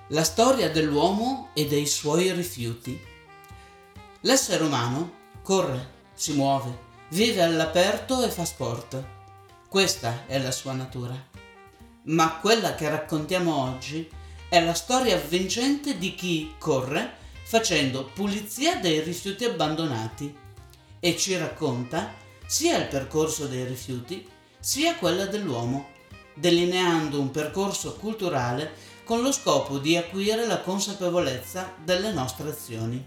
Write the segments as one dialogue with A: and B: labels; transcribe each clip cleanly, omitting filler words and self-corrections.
A: La storia dell'uomo e dei suoi rifiuti. L'essere umano corre, si muove, vive all'aperto e fa sport. Questa è la sua natura. Ma quella che raccontiamo oggi è la storia avvincente di chi corre facendo pulizia dei rifiuti abbandonati e ci racconta sia il percorso dei rifiuti sia quella dell'uomo, delineando un percorso culturale con lo scopo di acuire la consapevolezza delle nostre azioni.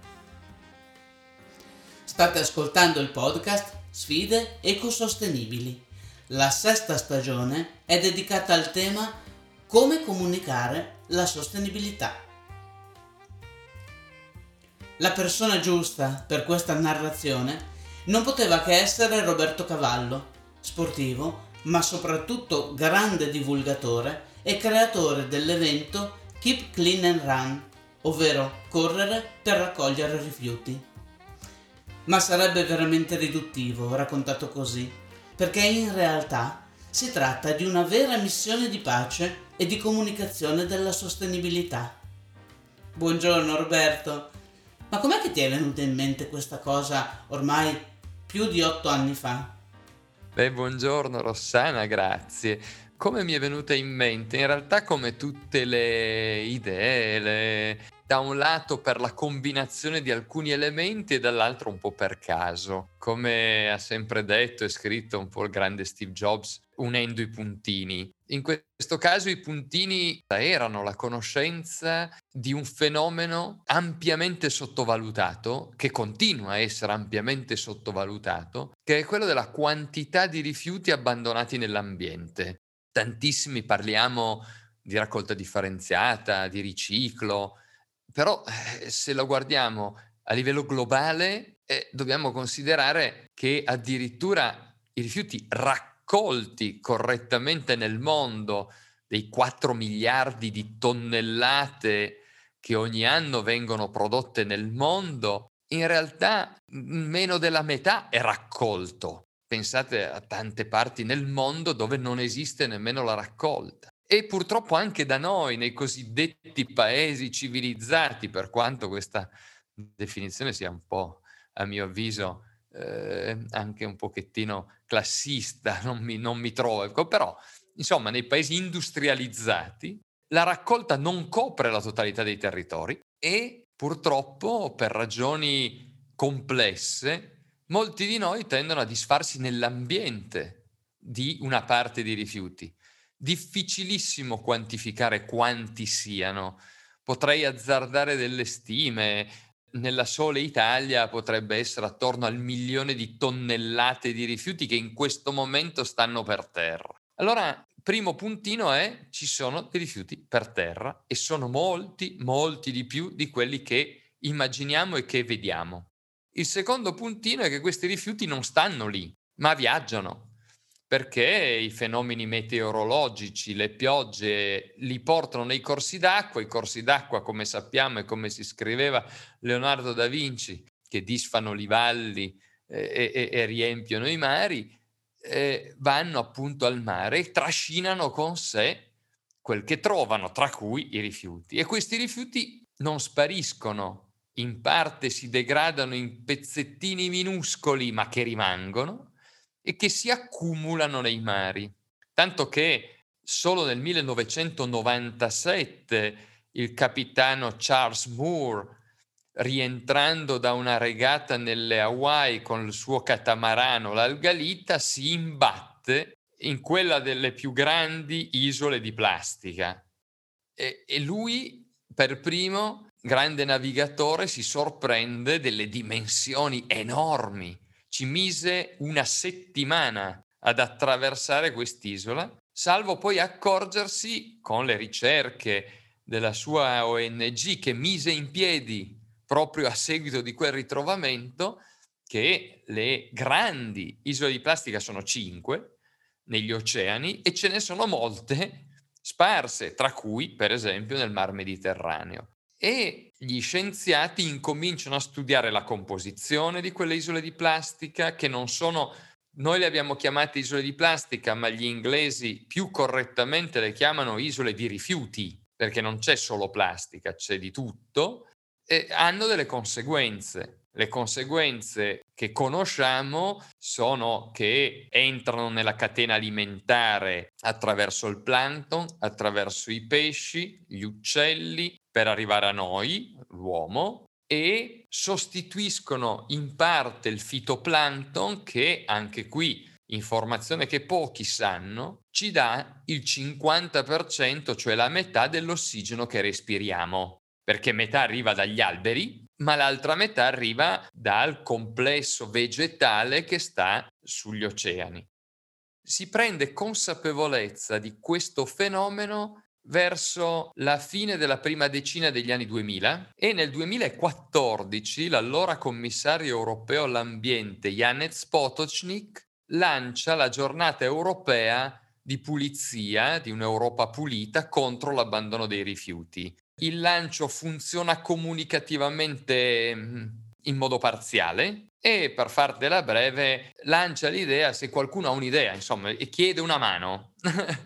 A: State ascoltando il podcast Sfide ecosostenibili. La sesta stagione è dedicata al tema come comunicare la sostenibilità. La persona giusta per questa narrazione non poteva che essere Roberto Cavallo, sportivo, ma soprattutto grande divulgatore e creatore dell'evento Keep Clean and Run, ovvero correre per raccogliere rifiuti. Ma sarebbe veramente riduttivo raccontato così, perché in realtà si tratta di una vera missione di pace e di comunicazione della sostenibilità. Buongiorno Roberto, ma com'è che ti è venuta in mente questa cosa ormai più di 8 anni fa?
B: Buongiorno Rossana, grazie. Come mi è venuta in mente? In realtà come tutte le idee, da un lato per la combinazione di alcuni elementi e dall'altro un po' per caso. Come ha sempre detto e scritto un po' il grande Steve Jobs, unendo i puntini. In questo caso i puntini erano la conoscenza di un fenomeno ampiamente sottovalutato, che continua a essere ampiamente sottovalutato, che è quello della quantità di rifiuti abbandonati nell'ambiente. Tantissimi parliamo di raccolta differenziata, di riciclo, però se lo guardiamo a livello globale dobbiamo considerare che addirittura i rifiuti raccolti correttamente nel mondo, dei 4 miliardi di tonnellate che ogni anno vengono prodotte nel mondo, in realtà meno della metà è raccolto. Pensate a tante parti nel mondo dove non esiste nemmeno la raccolta. E purtroppo anche da noi, nei cosiddetti paesi civilizzati, per quanto questa definizione sia un po', a mio avviso, anche un pochettino classista, non mi trovo, però insomma nei paesi industrializzati la raccolta non copre la totalità dei territori e purtroppo per ragioni complesse molti di noi tendono a disfarsi nell'ambiente di una parte di rifiuti. Difficilissimo quantificare quanti siano. Potrei azzardare delle stime. Nella sola Italia potrebbe essere attorno al 1.000.000 di tonnellate di rifiuti che in questo momento stanno per terra. Allora, primo puntino è: ci sono dei rifiuti per terra e sono molti, molti di più di quelli che immaginiamo e che vediamo. Il secondo puntino è che questi rifiuti non stanno lì, ma viaggiano, perché i fenomeni meteorologici, le piogge li portano nei corsi d'acqua. I corsi d'acqua, come sappiamo e come si scriveva Leonardo da Vinci, che disfano i valli e riempiono i mari, vanno appunto al mare e trascinano con sé quel che trovano, tra cui i rifiuti. E questi rifiuti non spariscono, in parte si degradano in pezzettini minuscoli, ma che rimangono e che si accumulano nei mari. Tanto che solo nel 1997 il capitano Charles Moore, rientrando da una regata nelle Hawaii con il suo catamarano, l'Algalita, si imbatte in quella delle più grandi isole di plastica. E lui, per primo, grande navigatore, si sorprende delle dimensioni enormi. Ci mise una settimana ad attraversare quest'isola, salvo poi accorgersi, con le ricerche della sua ONG che mise in piedi proprio a seguito di quel ritrovamento, che le grandi isole di plastica sono 5 negli oceani e ce ne sono molte sparse, tra cui per esempio nel Mar Mediterraneo. E gli scienziati incominciano a studiare la composizione di quelle isole di plastica, che non sono, noi le abbiamo chiamate isole di plastica, ma gli inglesi più correttamente le chiamano isole di rifiuti, perché non c'è solo plastica, c'è di tutto, e hanno delle conseguenze. Le conseguenze che conosciamo sono che entrano nella catena alimentare attraverso il plancton, attraverso i pesci, gli uccelli, per arrivare a noi, l'uomo, e sostituiscono in parte il fitoplancton che, anche qui, informazione che pochi sanno, ci dà il 50%, cioè la metà dell'ossigeno che respiriamo, perché metà arriva dagli alberi, ma l'altra metà arriva dal complesso vegetale che sta sugli oceani. Si prende consapevolezza di questo fenomeno verso la fine della prima decina degli anni 2000 e nel 2014 l'allora commissario europeo all'ambiente Janez Potočnik lancia la giornata europea di pulizia, di un'Europa pulita contro l'abbandono dei rifiuti. Il lancio funziona comunicativamente in modo parziale e, per fartela breve, lancia l'idea, se qualcuno ha un'idea, insomma, e chiede una mano.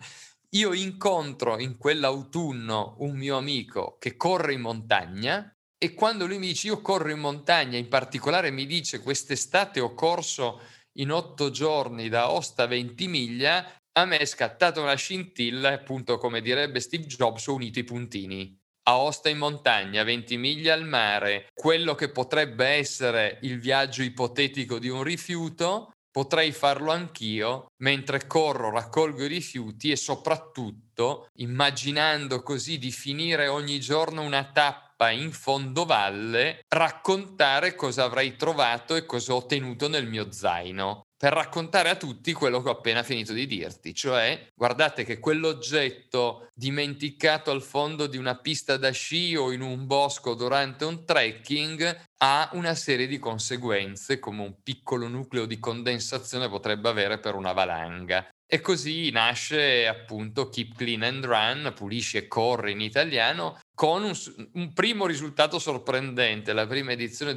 B: Io incontro in quell'autunno un mio amico che corre in montagna e quando lui mi dice io corro in montagna, in particolare mi dice quest'estate ho corso in 8 giorni da Aosta a Ventimiglia, a me è scattata una scintilla e, appunto, come direbbe Steve Jobs, ho unito i puntini. Aosta in montagna, Ventimiglia al mare, quello che potrebbe essere il viaggio ipotetico di un rifiuto, potrei farlo anch'io mentre corro, raccolgo i rifiuti e soprattutto immaginando così di finire ogni giorno una tappa in fondovalle, raccontare cosa avrei trovato e cosa ho tenuto nel mio zaino. Per raccontare a tutti quello che ho appena finito di dirti, cioè guardate che quell'oggetto dimenticato al fondo di una pista da sci o in un bosco durante un trekking ha una serie di conseguenze, come un piccolo nucleo di condensazione potrebbe avere per una valanga. E così nasce appunto Keep Clean and Run, pulisci e corri in italiano, con un primo risultato sorprendente. La prima edizione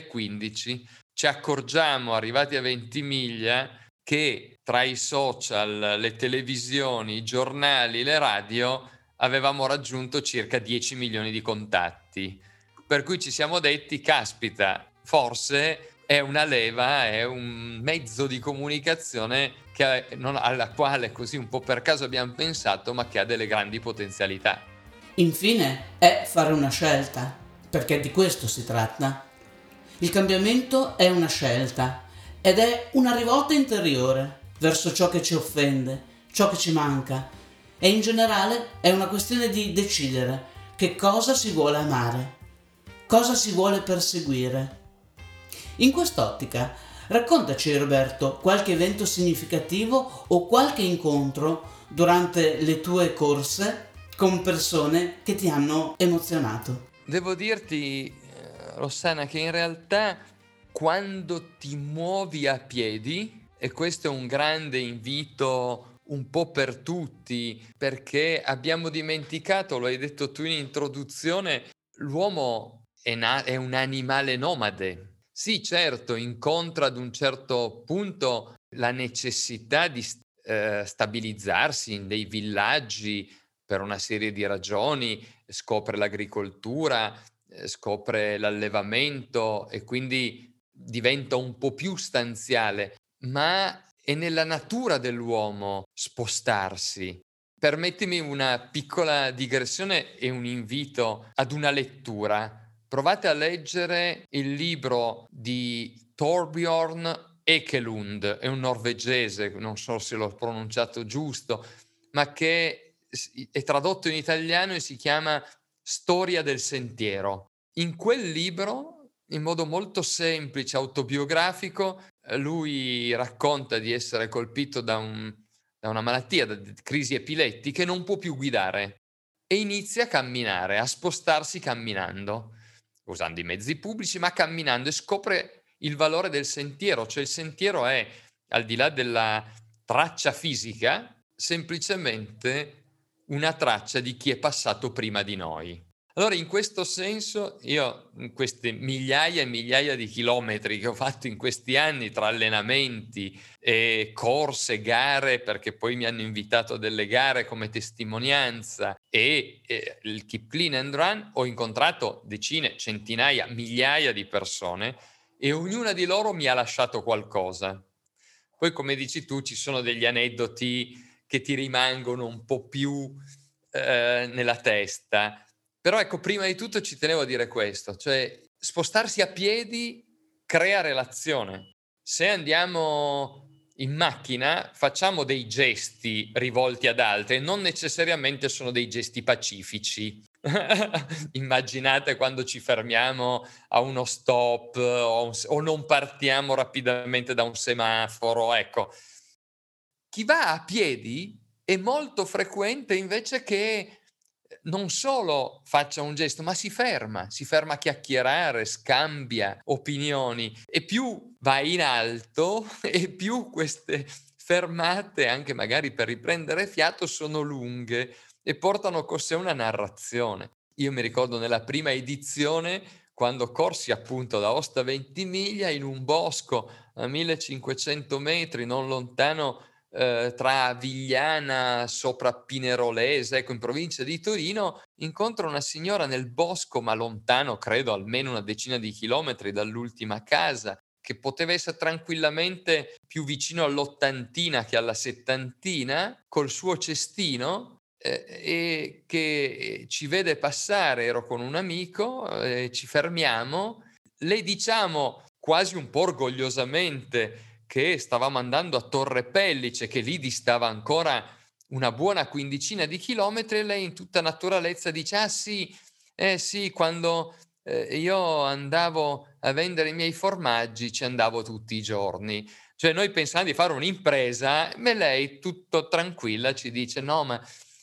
B: 2015 ci accorgiamo, arrivati a Ventimiglia, che tra i social, le televisioni, i giornali, le radio, avevamo raggiunto circa 10 milioni di contatti. Per cui ci siamo detti, caspita, forse è una leva, è un mezzo di comunicazione alla quale così un po' per caso abbiamo pensato, ma che ha delle grandi potenzialità.
A: Infine è fare una scelta, perché di questo si tratta. Il cambiamento è una scelta ed è una rivolta interiore verso ciò che ci offende, ciò che ci manca, e in generale è una questione di decidere che cosa si vuole amare, cosa si vuole perseguire. In quest'ottica, raccontaci, Roberto, qualche evento significativo o qualche incontro durante le tue corse con persone che ti hanno emozionato.
B: Devo dirti, Rossana, che in realtà quando ti muovi a piedi, e questo è un grande invito un po' per tutti, perché abbiamo dimenticato, lo hai detto tu in introduzione, l'uomo è un animale nomade. Sì, certo, incontra ad un certo punto la necessità di stabilizzarsi in dei villaggi per una serie di ragioni, scopre l'agricoltura, scopre l'allevamento e quindi diventa un po' più stanziale, ma è nella natura dell'uomo spostarsi. Permettimi una piccola digressione e un invito ad una lettura. Provate a leggere il libro di Torbjörn Ekelund, è un norvegese, non so se l'ho pronunciato giusto, ma che è tradotto in italiano e si chiama Storia del sentiero. In quel libro, in modo molto semplice, autobiografico, lui racconta di essere colpito da una malattia, da crisi epilettiche, non può più guidare e inizia a camminare, a spostarsi camminando, usando i mezzi pubblici, ma camminando, e scopre il valore del sentiero, cioè il sentiero è, al di là della traccia fisica, semplicemente una traccia di chi è passato prima di noi. Allora, in questo senso, io in queste migliaia e migliaia di chilometri che ho fatto in questi anni tra allenamenti e corse, gare, perché poi mi hanno invitato a delle gare come testimonianza e il Keep Clean and Run, ho incontrato decine, centinaia, migliaia di persone e ognuna di loro mi ha lasciato qualcosa. Poi, come dici tu, ci sono degli aneddoti che ti rimangono un po' più nella testa. Però ecco, prima di tutto ci tenevo a dire questo, cioè spostarsi a piedi crea relazione. Se andiamo in macchina facciamo dei gesti rivolti ad altri, non necessariamente sono dei gesti pacifici. Immaginate quando ci fermiamo a uno stop o non partiamo rapidamente da un semaforo, ecco. Chi va a piedi è molto frequente invece che non solo faccia un gesto, ma si ferma a chiacchierare, scambia opinioni e più vai in alto e più queste fermate, anche magari per riprendere fiato, sono lunghe e portano con sé una narrazione. Io mi ricordo nella prima edizione quando corsi appunto da Aosta a Ventimiglia in un bosco a 1500 metri, non lontano tra Vigliana sopra Pinerolese, ecco in provincia di Torino, incontro una signora nel bosco, ma lontano credo almeno una decina di chilometri dall'ultima casa, che poteva essere tranquillamente più vicino all'80ina che alla 70ina, col suo cestino, e che ci vede passare, ero con un amico, ci fermiamo, le diciamo quasi un po' orgogliosamente che stavamo andando a Torre Pellice, che lì distava ancora una buona quindicina di chilometri, e lei in tutta naturalezza dice: "Ah sì, eh sì, quando, io andavo a vendere i miei formaggi ci andavo tutti i giorni". Cioè noi pensavamo di fare un'impresa, ma lei tutto tranquilla ci dice: "No, ma".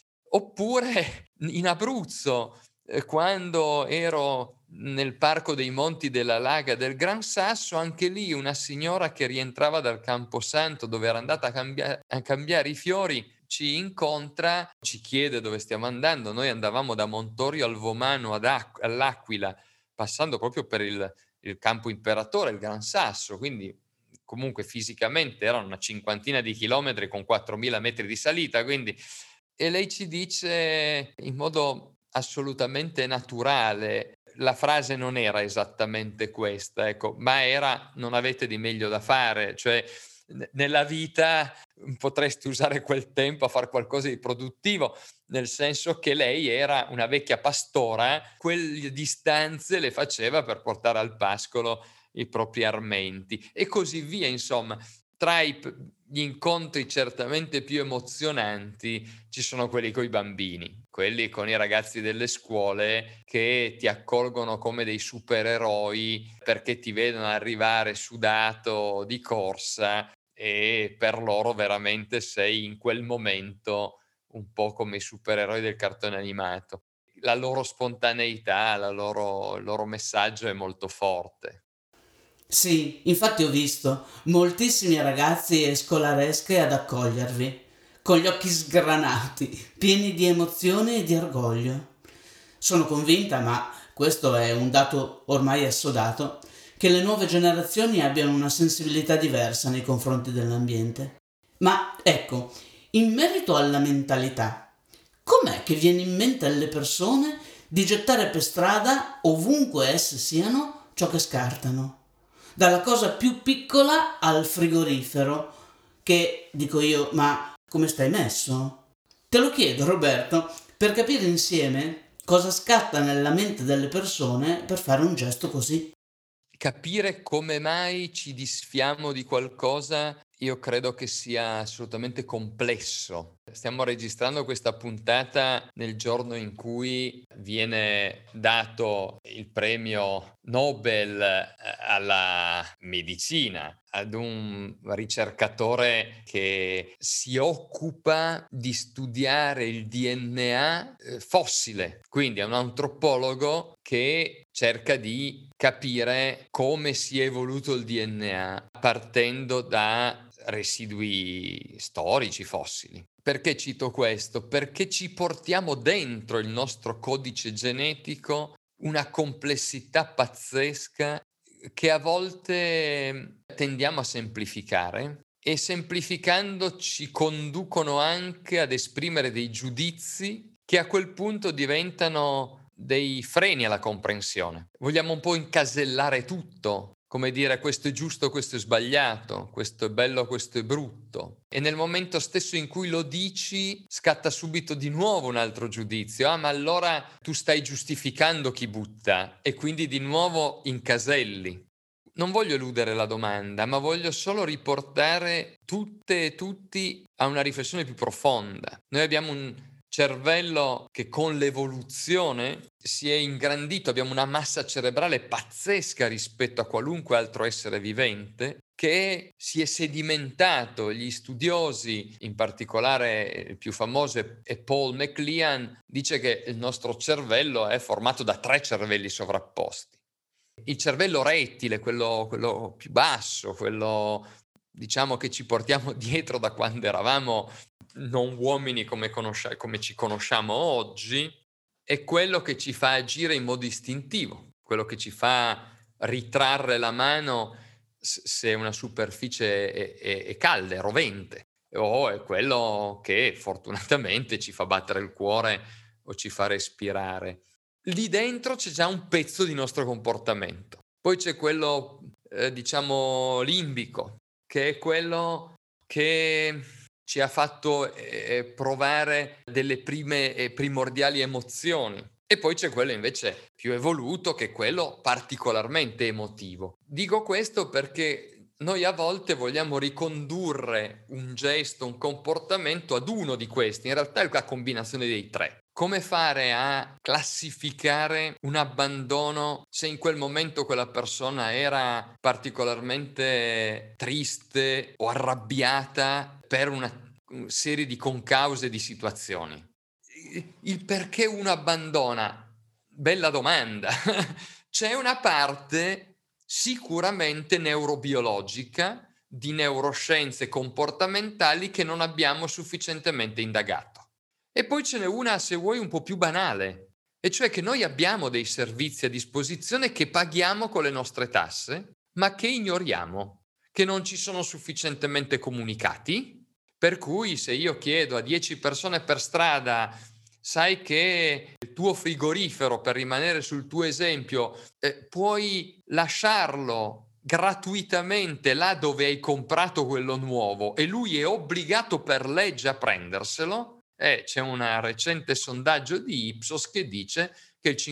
B: Oppure in Abruzzo, quando ero nel Parco dei Monti della Laga del Gran Sasso, anche lì una signora che rientrava dal Camposanto, dove era andata a cambiare i fiori, ci incontra, ci chiede dove stiamo andando. Noi andavamo da Montorio al Vomano all'Aquila, passando proprio per il Campo Imperatore, il Gran Sasso, quindi comunque fisicamente erano una cinquantina di chilometri con 4000 metri di salita, quindi e lei ci dice in modo assolutamente naturale, la frase non era esattamente questa, ecco, ma era: "Non avete di meglio da fare", cioè nella vita potresti usare quel tempo a far qualcosa di produttivo, nel senso che lei era una vecchia pastora, quelle distanze le faceva per portare al pascolo i propri armenti e così via, insomma. Tra gli incontri certamente più emozionanti ci sono quelli coi bambini, quelli con i ragazzi delle scuole che ti accolgono come dei supereroi perché ti vedono arrivare sudato di corsa e per loro veramente sei in quel momento un po' come i supereroi del cartone animato. La loro spontaneità, il loro messaggio è molto forte.
A: Sì, infatti ho visto moltissimi ragazzi e scolaresche ad accogliervi, con gli occhi sgranati, pieni di emozione e di orgoglio. Sono convinta, ma questo è un dato ormai assodato, che le nuove generazioni abbiano una sensibilità diversa nei confronti dell'ambiente. Ma ecco, in merito alla mentalità, com'è che viene in mente alle persone di gettare per strada, ovunque esse siano, ciò che scartano? Dalla cosa più piccola al frigorifero, che dico io, ma come stai messo? Te lo chiedo, Roberto, per capire insieme cosa scatta nella mente delle persone per fare un gesto così.
B: Capire come mai ci disfiamo di qualcosa, io credo che sia assolutamente complesso. Stiamo registrando questa puntata nel giorno in cui viene dato il premio Nobel, alla medicina ad un ricercatore che si occupa di studiare il DNA, fossile, quindi è un antropologo che cerca di capire come si è evoluto il DNA partendo da residui storici, fossili. Perché cito questo? Perché ci portiamo dentro il nostro codice genetico una complessità pazzesca che a volte tendiamo a semplificare, e semplificando ci conducono anche ad esprimere dei giudizi che a quel punto diventano dei freni alla comprensione. Vogliamo un po' incasellare tutto, come dire questo è giusto, questo è sbagliato, questo è bello, questo è brutto. E nel momento stesso in cui lo dici scatta subito di nuovo un altro giudizio. Ma allora tu stai giustificando chi butta, e quindi di nuovo incaselli. Non voglio eludere la domanda, ma voglio solo riportare tutte e tutti a una riflessione più profonda. Noi abbiamo un cervello che con l'evoluzione si è ingrandito, abbiamo una massa cerebrale pazzesca rispetto a qualunque altro essere vivente, che si è sedimentato. Gli studiosi, in particolare il più famoso è Paul MacLean, dice che il nostro cervello è formato da 3 cervelli sovrapposti. Il cervello rettile, quello più basso, quello diciamo che ci portiamo dietro da quando eravamo non uomini come ci conosciamo oggi, è quello che ci fa agire in modo istintivo, quello che ci fa ritrarre la mano se una superficie è calda, è rovente, o è quello che fortunatamente ci fa battere il cuore o ci fa respirare. Lì dentro c'è già un pezzo di nostro comportamento. Poi c'è quello, diciamo, limbico, che è quello che ci ha fatto provare delle prime e primordiali emozioni. E poi c'è quello invece più evoluto, che è quello particolarmente emotivo. Dico questo perché noi a volte vogliamo ricondurre un gesto, un comportamento ad uno di questi. In realtà è la combinazione dei 3. Come fare a classificare un abbandono se in quel momento quella persona era particolarmente triste o arrabbiata per una serie di concause di situazioni? Il perché uno abbandona? Bella domanda. C'è una parte sicuramente neurobiologica, di neuroscienze comportamentali, che non abbiamo sufficientemente indagato. E poi ce n'è una, se vuoi, un po' più banale, e cioè che noi abbiamo dei servizi a disposizione che paghiamo con le nostre tasse, ma che ignoriamo, che non ci sono sufficientemente comunicati, per cui se io chiedo a 10 persone per strada: sai che il tuo frigorifero, per rimanere sul tuo esempio, puoi lasciarlo gratuitamente là dove hai comprato quello nuovo, e lui è obbligato per legge a prenderselo, c'è un recente sondaggio di Ipsos che dice che il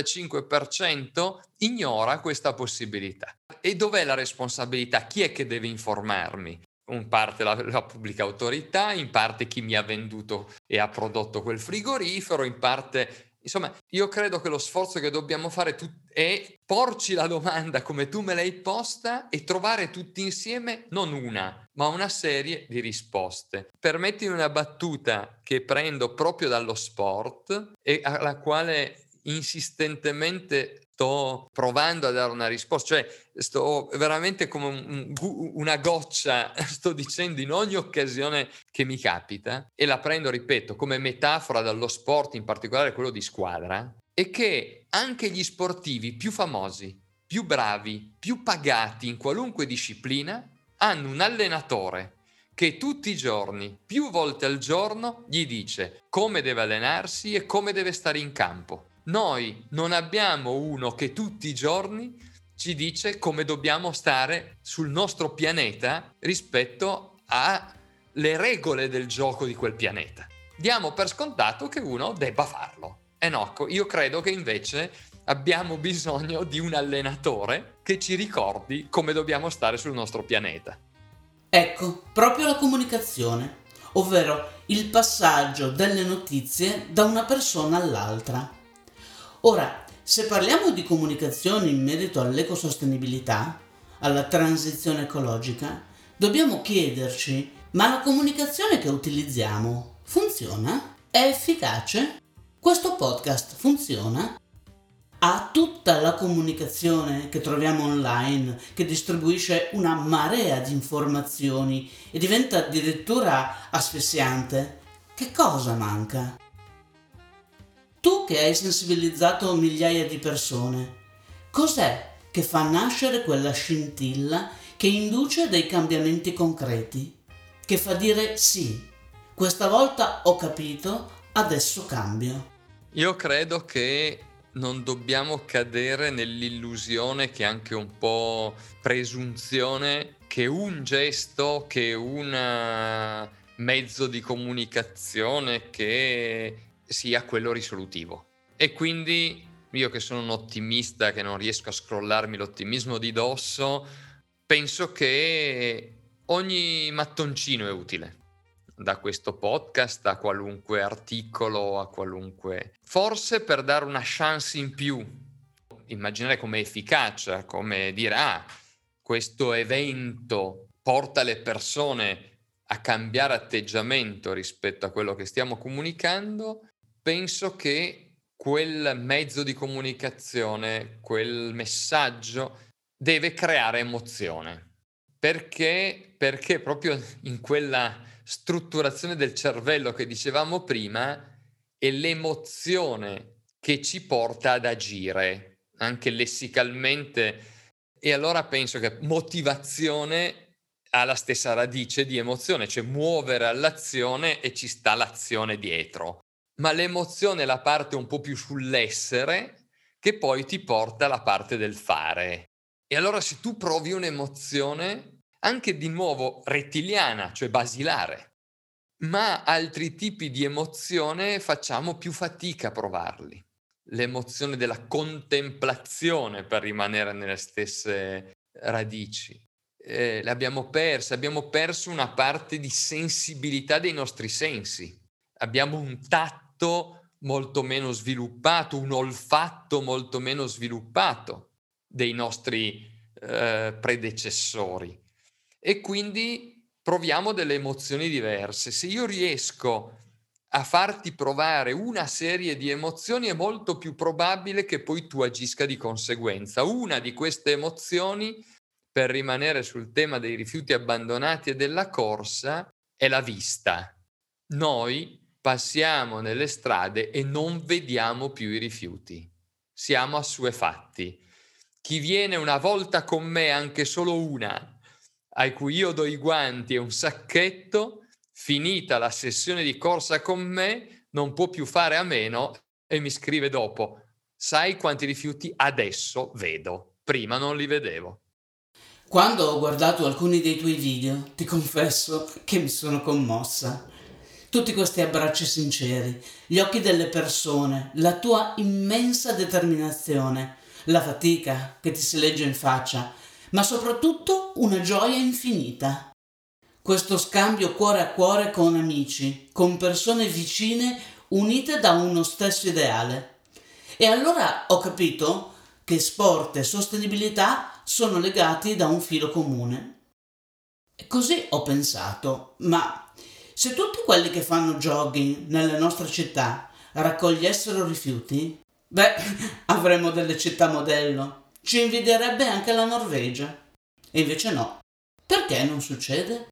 B: 55% ignora questa possibilità. E dov'è la responsabilità? Chi è che deve informarmi? In parte la pubblica autorità, in parte chi mi ha venduto e ha prodotto quel frigorifero, in parte... Insomma, io credo che lo sforzo che dobbiamo fare è porci la domanda come tu me l'hai posta e trovare tutti insieme non una, ma una serie di risposte. Permettimi una battuta che prendo proprio dallo sport e alla quale insistentemente sto provando a dare una risposta, cioè sto veramente come una goccia, sto dicendo in ogni occasione che mi capita, e la prendo, ripeto, come metafora dallo sport, in particolare quello di squadra, è che anche gli sportivi più famosi, più bravi, più pagati in qualunque disciplina hanno un allenatore che tutti i giorni, più volte al giorno, gli dice come deve allenarsi e come deve stare in campo. Noi non abbiamo uno che tutti i giorni ci dice come dobbiamo stare sul nostro pianeta rispetto alle regole del gioco di quel pianeta. Diamo per scontato che uno debba farlo. E no, io credo che invece abbiamo bisogno di un allenatore che ci ricordi come dobbiamo stare sul nostro pianeta.
A: Ecco, proprio la comunicazione, ovvero il passaggio delle notizie da una persona all'altra. Ora, se parliamo di comunicazione in merito all'ecosostenibilità, alla transizione ecologica, dobbiamo chiederci: ma la comunicazione che utilizziamo funziona? È efficace? Questo podcast funziona? a tutta la comunicazione che troviamo online, che distribuisce una marea di informazioni e diventa addirittura asfissiante, che cosa manca? Tu che hai sensibilizzato migliaia di persone, cos'è che fa nascere quella scintilla che induce dei cambiamenti concreti? Che fa dire sì, questa volta ho capito, adesso cambio.
B: Io credo che non dobbiamo cadere nell'illusione, che è anche un po' presunzione, che un gesto, che un mezzo di comunicazione che sia quello risolutivo. E quindi io, che sono un ottimista, che non riesco a scrollarmi l'ottimismo di dosso, penso che ogni mattoncino è utile. Da questo podcast a qualunque articolo, a qualunque... Forse per dare una chance in più, immaginare come efficacia, come dire, questo evento porta le persone a cambiare atteggiamento rispetto a quello che stiamo comunicando. Penso che quel mezzo di comunicazione, quel messaggio deve creare emozione. Perché proprio in quella strutturazione del cervello che dicevamo prima è l'emozione che ci porta ad agire, anche lessicalmente. E allora penso che motivazione ha la stessa radice di emozione, cioè muovere all'azione e ci sta l'azione dietro. Ma l'emozione è la parte un po' più sull'essere, che poi ti porta alla parte del fare. E allora, se tu provi un'emozione, anche di nuovo rettiliana, cioè basilare, ma altri tipi di emozione facciamo più fatica a provarli. L'emozione della contemplazione, per rimanere nelle stesse radici, l'abbiamo persa, abbiamo perso una parte di sensibilità dei nostri sensi. Abbiamo un tatto molto meno sviluppato, un olfatto molto meno sviluppato dei nostri predecessori, e quindi proviamo delle emozioni diverse. Se io riesco a farti provare una serie di emozioni, è molto più probabile che poi tu agisca di conseguenza. Una di queste emozioni, per rimanere sul tema dei rifiuti abbandonati e della corsa, è la vista. Noi passiamo nelle strade e non vediamo più i rifiuti. Siamo assuefatti. Chi viene una volta con me, anche solo una, a cui io do i guanti e un sacchetto, finita la sessione di corsa con me, non può più fare a meno e mi scrive dopo: sai quanti rifiuti adesso vedo, prima non li vedevo.
A: Quando ho guardato alcuni dei tuoi video, ti confesso che mi sono commossa. Tutti questi abbracci sinceri, gli occhi delle persone, la tua immensa determinazione, la fatica che ti si legge in faccia, ma soprattutto una gioia infinita. Questo scambio cuore a cuore con amici, con persone vicine unite da uno stesso ideale. E allora ho capito che sport e sostenibilità sono legati da un filo comune. E così ho pensato, ma se tutti quelli che fanno jogging nelle nostre città raccogliessero rifiuti, beh, avremmo delle città modello. Ci invidierebbe anche la Norvegia. E invece no. Perché non succede?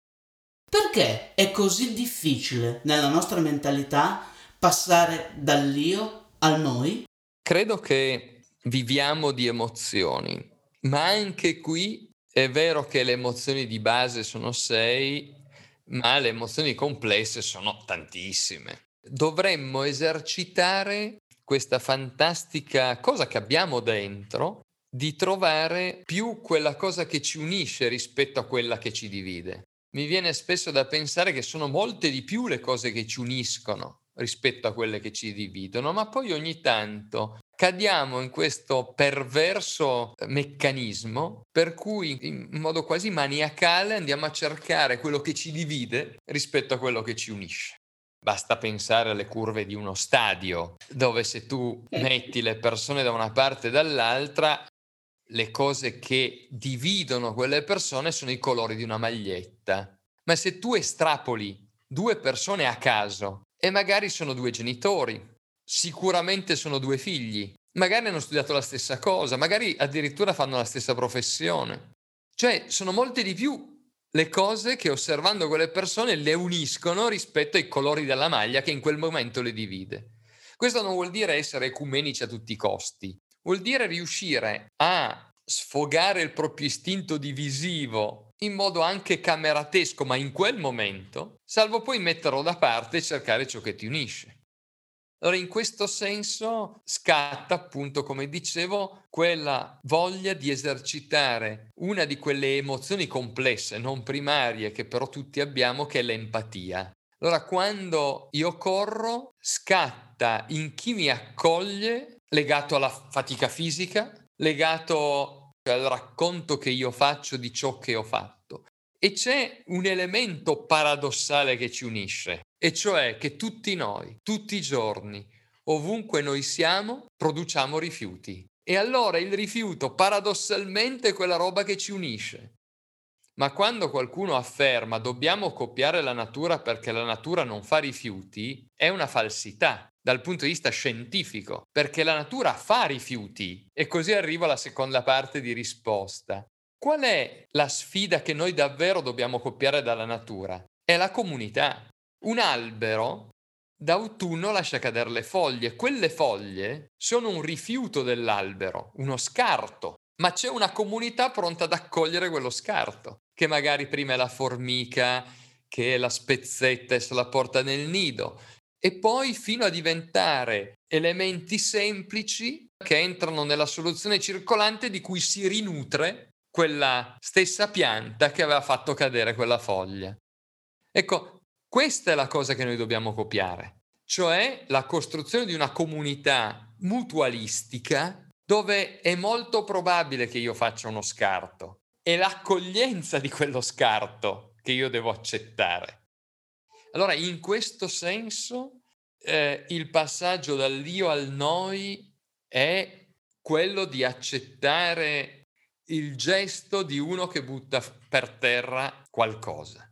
A: Perché è così difficile nella nostra mentalità passare dall'io al noi?
B: Credo che viviamo di emozioni, ma anche qui è vero che le emozioni di base sono 6, ma le emozioni complesse sono tantissime. Dovremmo esercitare questa fantastica cosa che abbiamo dentro, di trovare più quella cosa che ci unisce rispetto a quella che ci divide. Mi viene spesso da pensare che sono molte di più le cose che ci uniscono rispetto a quelle che ci dividono, ma poi ogni tanto cadiamo in questo perverso meccanismo per cui, in modo quasi maniacale, andiamo a cercare quello che ci divide rispetto a quello che ci unisce. Basta pensare alle curve di uno stadio, dove se tu metti le persone da una parte e dall'altra, le cose che dividono quelle persone sono i colori di una maglietta. Ma se tu estrapoli 2 persone a caso, e magari sono 2 genitori, sicuramente sono 2 figli, magari hanno studiato la stessa cosa, magari addirittura fanno la stessa professione. Cioè, sono molte di più le cose che osservando quelle persone le uniscono rispetto ai colori della maglia che in quel momento le divide. Questo non vuol dire essere ecumenici a tutti i costi, vuol dire riuscire a sfogare il proprio istinto divisivo in modo anche cameratesco, ma in quel momento, salvo poi metterlo da parte e cercare ciò che ti unisce. Allora, in questo senso scatta, appunto, come dicevo, quella voglia di esercitare una di quelle emozioni complesse, non primarie, che però tutti abbiamo, che è l'empatia. Allora, quando io corro, scatta in chi mi accoglie, legato alla fatica fisica, legato al racconto che io faccio di ciò che ho fatto. E c'è un elemento paradossale che ci unisce, e cioè che tutti noi, tutti i giorni, ovunque noi siamo, produciamo rifiuti. E allora il rifiuto paradossalmente è quella roba che ci unisce. Ma quando qualcuno afferma dobbiamo copiare la natura perché la natura non fa rifiuti, è una falsità dal punto di vista scientifico, perché la natura fa rifiuti. E così arrivo alla seconda parte di risposta. Qual è la sfida che noi davvero dobbiamo copiare dalla natura? È la comunità. Un albero d'autunno lascia cadere le foglie. Quelle foglie sono un rifiuto dell'albero, uno scarto, ma c'è una comunità pronta ad accogliere quello scarto, che magari prima è la formica, che la spezzetta e se la porta nel nido, e poi fino a diventare elementi semplici che entrano nella soluzione circolante di cui si rinutre quella stessa pianta che aveva fatto cadere quella foglia. Ecco, questa è la cosa che noi dobbiamo copiare, cioè la costruzione di una comunità mutualistica dove è molto probabile che io faccia uno scarto, è l'accoglienza di quello scarto che io devo accettare. Allora, in questo senso, il passaggio dall'io al noi è quello di accettare il gesto di uno che butta per terra qualcosa,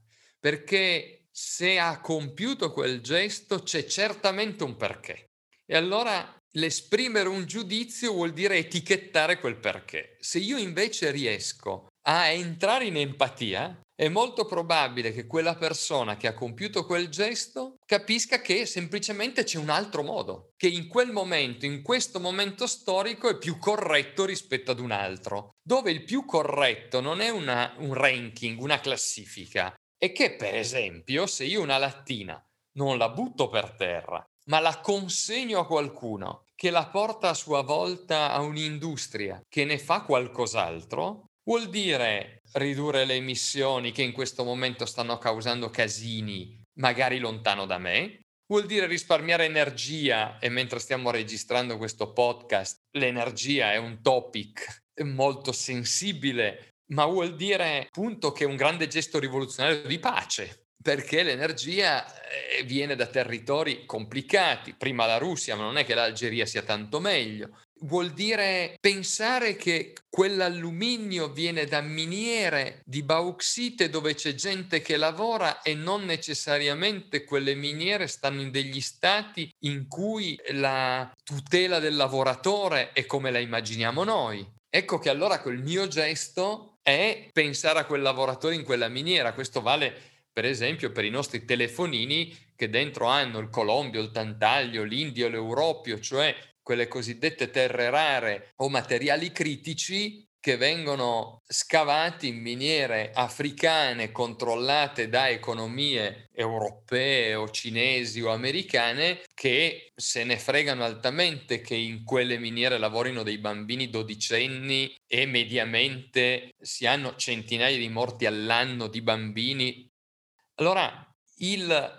B: perché se ha compiuto quel gesto c'è certamente un perché. E allora l'esprimere un giudizio vuol dire etichettare quel perché. Se io invece riesco a entrare in empatia, è molto probabile che quella persona che ha compiuto quel gesto capisca che semplicemente c'è un altro modo, che in quel momento, in questo momento storico, è più corretto rispetto ad un altro, dove il più corretto non è un ranking, una classifica, è che, per esempio, se io una lattina non la butto per terra, ma la consegno a qualcuno che la porta a sua volta a un'industria che ne fa qualcos'altro, vuol dire ridurre le emissioni che in questo momento stanno causando casini, magari lontano da me, vuol dire risparmiare energia e mentre stiamo registrando questo podcast, l'energia è un topic molto sensibile, ma vuol dire appunto che è un grande gesto rivoluzionario di pace, perché l'energia viene da territori complicati, prima la Russia, ma non è che l'Algeria sia tanto meglio. Vuol dire pensare che quell'alluminio viene da miniere di bauxite dove c'è gente che lavora e non necessariamente quelle miniere stanno in degli stati in cui la tutela del lavoratore è come la immaginiamo noi. Ecco che allora quel mio gesto è pensare a quel lavoratore in quella miniera. Questo vale per esempio per i nostri telefonini che dentro hanno il colombio, il tantaglio, l'indio, l'europio, cioè quelle cosiddette terre rare o materiali critici che vengono scavati in miniere africane controllate da economie europee o cinesi o americane che se ne fregano altamente che in quelle miniere lavorino dei bambini dodicenni e mediamente si hanno centinaia di morti all'anno di bambini. Allora, il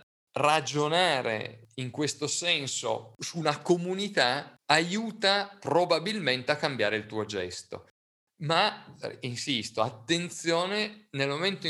B: ragionare in questo senso su una comunità aiuta probabilmente a cambiare il tuo gesto. Ma, insisto, attenzione nel momento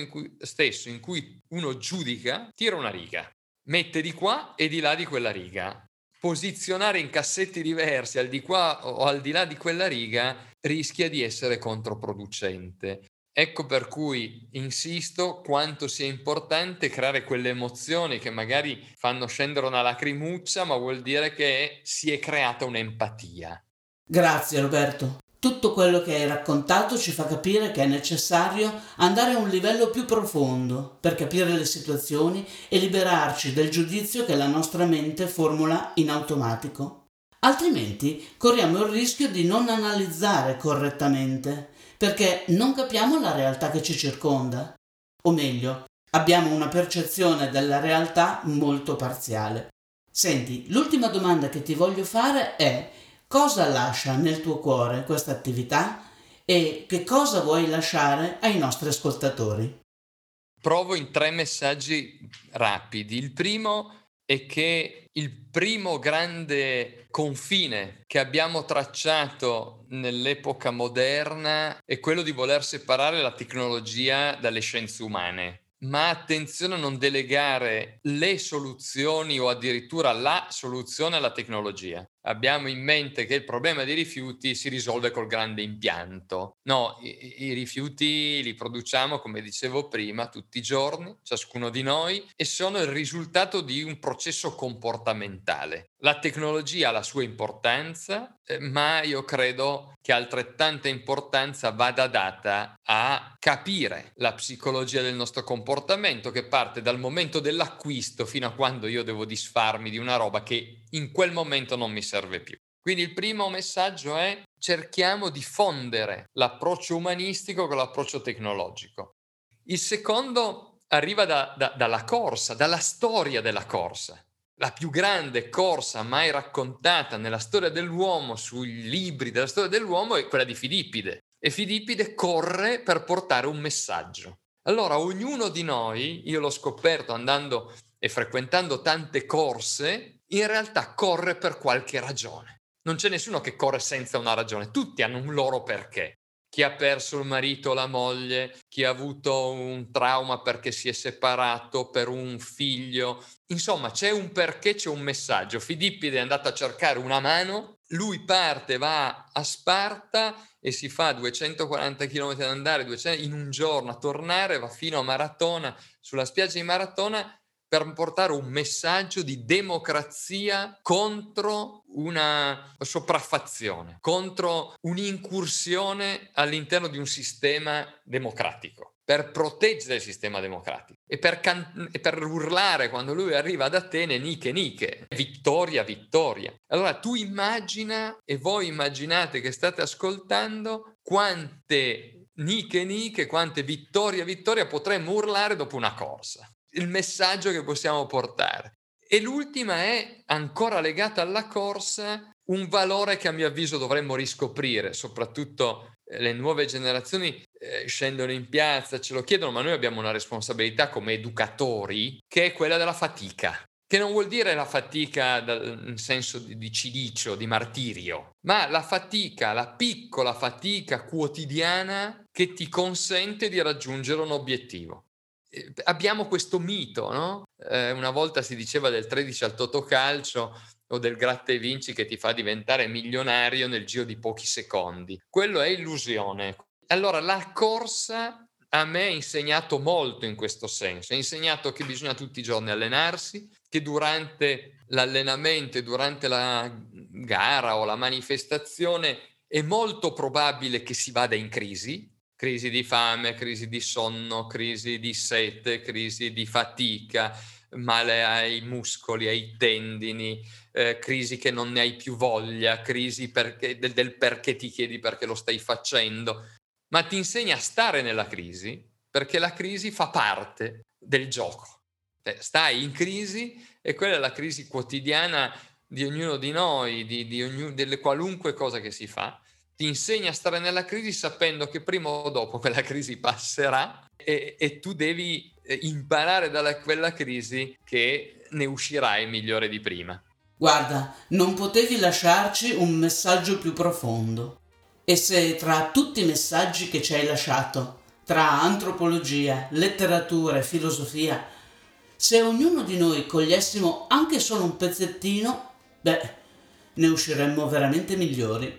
B: in cui uno giudica, tira una riga, mette di qua e di là di quella riga. Posizionare in cassetti diversi al di qua o al di là di quella riga rischia di essere controproducente. Ecco per cui insisto quanto sia importante creare quelle emozioni che magari fanno scendere una lacrimuccia, ma vuol dire che si è creata un'empatia.
A: Grazie Roberto. Tutto quello che hai raccontato ci fa capire che è necessario andare a un livello più profondo per capire le situazioni e liberarci del giudizio che la nostra mente formula in automatico. Altrimenti corriamo il rischio di non analizzare correttamente, perché non capiamo la realtà che ci circonda. O meglio, abbiamo una percezione della realtà molto parziale. Senti, l'ultima domanda che ti voglio fare è: cosa lascia nel tuo cuore questa attività e che cosa vuoi lasciare ai nostri ascoltatori?
B: Provo in 3 messaggi rapidi. Il primo è che il primo grande confine che abbiamo tracciato nell'epoca moderna è quello di voler separare la tecnologia dalle scienze umane. Ma attenzione a non delegare le soluzioni o addirittura la soluzione alla tecnologia. Abbiamo in mente che il problema dei rifiuti si risolve col grande impianto. No, i rifiuti li produciamo, come dicevo prima, tutti i giorni, ciascuno di noi, e sono il risultato di un processo comportamentale. La tecnologia ha la sua importanza, ma io credo che altrettanta importanza vada data a capire la psicologia del nostro comportamento, che parte dal momento dell'acquisto fino a quando io devo disfarmi di una roba che in quel momento non mi serve più. Quindi il primo messaggio è: cerchiamo di fondere l'approccio umanistico con l'approccio tecnologico. Il secondo arriva dalla corsa, dalla storia della corsa. La più grande corsa mai raccontata nella storia dell'uomo, sui libri della storia dell'uomo, è quella di Filippide. E Filippide corre per portare un messaggio. Allora, ognuno di noi, io l'ho scoperto andando e frequentando tante corse, in realtà corre per qualche ragione. Non c'è nessuno che corre senza una ragione, tutti hanno un loro perché. Chi ha perso il marito o la moglie, chi ha avuto un trauma perché si è separato, per un figlio. Insomma, c'è un perché, c'è un messaggio. Filippide è andato a cercare una mano, lui parte, va a Sparta e si fa 240 km ad andare, 200 in un giorno a tornare, va fino a Maratona, sulla spiaggia di Maratona, per portare un messaggio di democrazia contro una sopraffazione, contro un'incursione all'interno di un sistema democratico, per proteggere il sistema democratico e per urlare quando lui arriva ad Atene: Nike, Nike, vittoria, vittoria. Allora tu immagina, e voi immaginate che state ascoltando, quante Nike, Nike, quante vittoria, vittoria potremmo urlare dopo una corsa. Il messaggio che possiamo portare. E l'ultima è ancora legata alla corsa, un valore che a mio avviso dovremmo riscoprire, soprattutto le nuove generazioni scendono in piazza, ce lo chiedono, ma noi abbiamo una responsabilità come educatori, che è quella della fatica. Che non vuol dire la fatica in senso di cilicio, di martirio, ma la fatica, la piccola fatica quotidiana che ti consente di raggiungere un obiettivo. Abbiamo questo mito, no? Una volta si diceva del 13 al Totocalcio o del gratta e vinci che ti fa diventare milionario nel giro di pochi secondi. Quello è illusione. Allora la corsa a me ha insegnato molto in questo senso, ha insegnato che bisogna tutti i giorni allenarsi, che durante l'allenamento e durante la gara o la manifestazione è molto probabile che si vada in crisi di fame, crisi di sonno, crisi di sete, crisi di fatica, male ai muscoli, ai tendini, crisi che non ne hai più voglia, crisi del perché ti chiedi perché lo stai facendo, ma ti insegna a stare nella crisi, perché la crisi fa parte del gioco. Stai in crisi e quella è la crisi quotidiana di ognuno di noi, delle qualunque cosa che si fa. Ti insegna a stare nella crisi sapendo che prima o dopo quella crisi passerà e tu devi imparare da quella crisi che ne uscirai migliore di prima.
A: Guarda, non potevi lasciarci un messaggio più profondo. E se tra tutti i messaggi che ci hai lasciato, tra antropologia, letteratura e filosofia, se ognuno di noi cogliessimo anche solo un pezzettino, ne usciremmo veramente migliori.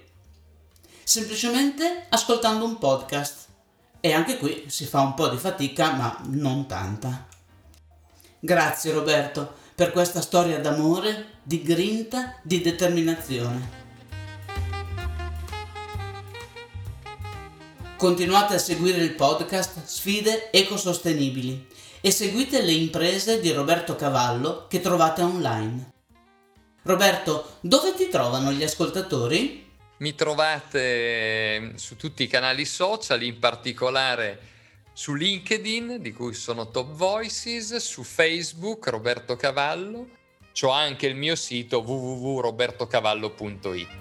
A: Semplicemente ascoltando un podcast. E anche qui si fa un po' di fatica, ma non tanta. Grazie Roberto per questa storia d'amore, di grinta, di determinazione. Continuate a seguire il podcast Sfide ecosostenibili e seguite le imprese di Roberto Cavallo che trovate online. Roberto, dove ti trovano gli ascoltatori?
B: Mi trovate su tutti i canali social, in particolare su LinkedIn, di cui sono Top Voices, su Facebook Roberto Cavallo. C'ho anche il mio sito www.robertocavallo.it.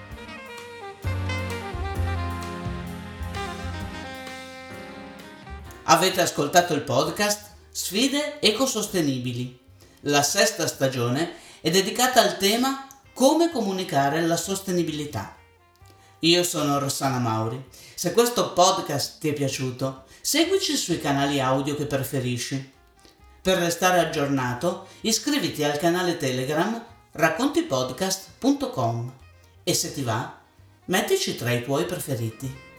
A: Avete ascoltato il podcast Sfide ecosostenibili. La 6ª stagione è dedicata al tema come comunicare la sostenibilità. Io sono Rossana Mauri. Se questo podcast ti è piaciuto, seguici sui canali audio che preferisci. Per restare aggiornato, iscriviti al canale Telegram raccontipodcast.com e se ti va, mettici tra i tuoi preferiti.